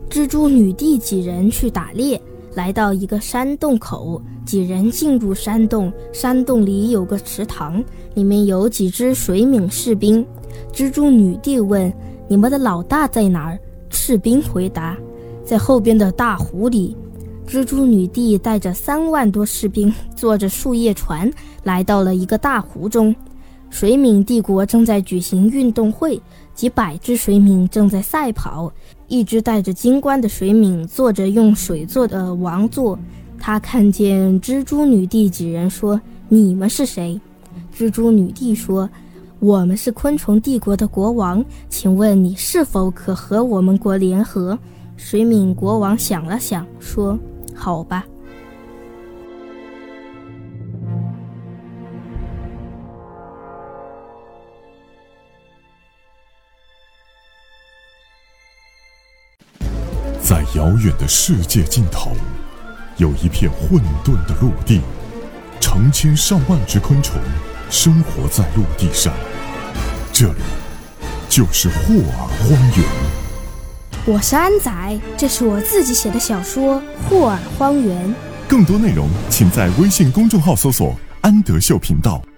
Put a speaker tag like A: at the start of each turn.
A: 蜘蛛女帝几人去打猎，来到一个山洞口，几人进入山洞，山洞里有个池塘，里面有几只水冥士兵。蜘蛛女帝问：你们的老大在哪儿？士兵回答：在后边的大湖里。蜘蛛女帝带着3万多士兵，坐着树叶船来到了一个大湖中。水冥帝国正在举行运动会，几百只水冥正在赛跑，一只戴着金冠的水冥坐着用水做的王座。他看见蜘蛛女帝几人说：你们是谁？蜘蛛女帝说：我们是昆虫帝国的国王，请问你是否可和我们国联合？水冥国王想了想说：好吧。
B: 在遥远的世界尽头，有一片混沌的陆地，成千上万只昆虫生活在陆地上。这里就是霍尔荒原。
A: 我是安仔，这是我自己写的小说《霍尔荒原》。
B: 更多内容请在微信公众号搜索安德秀频道。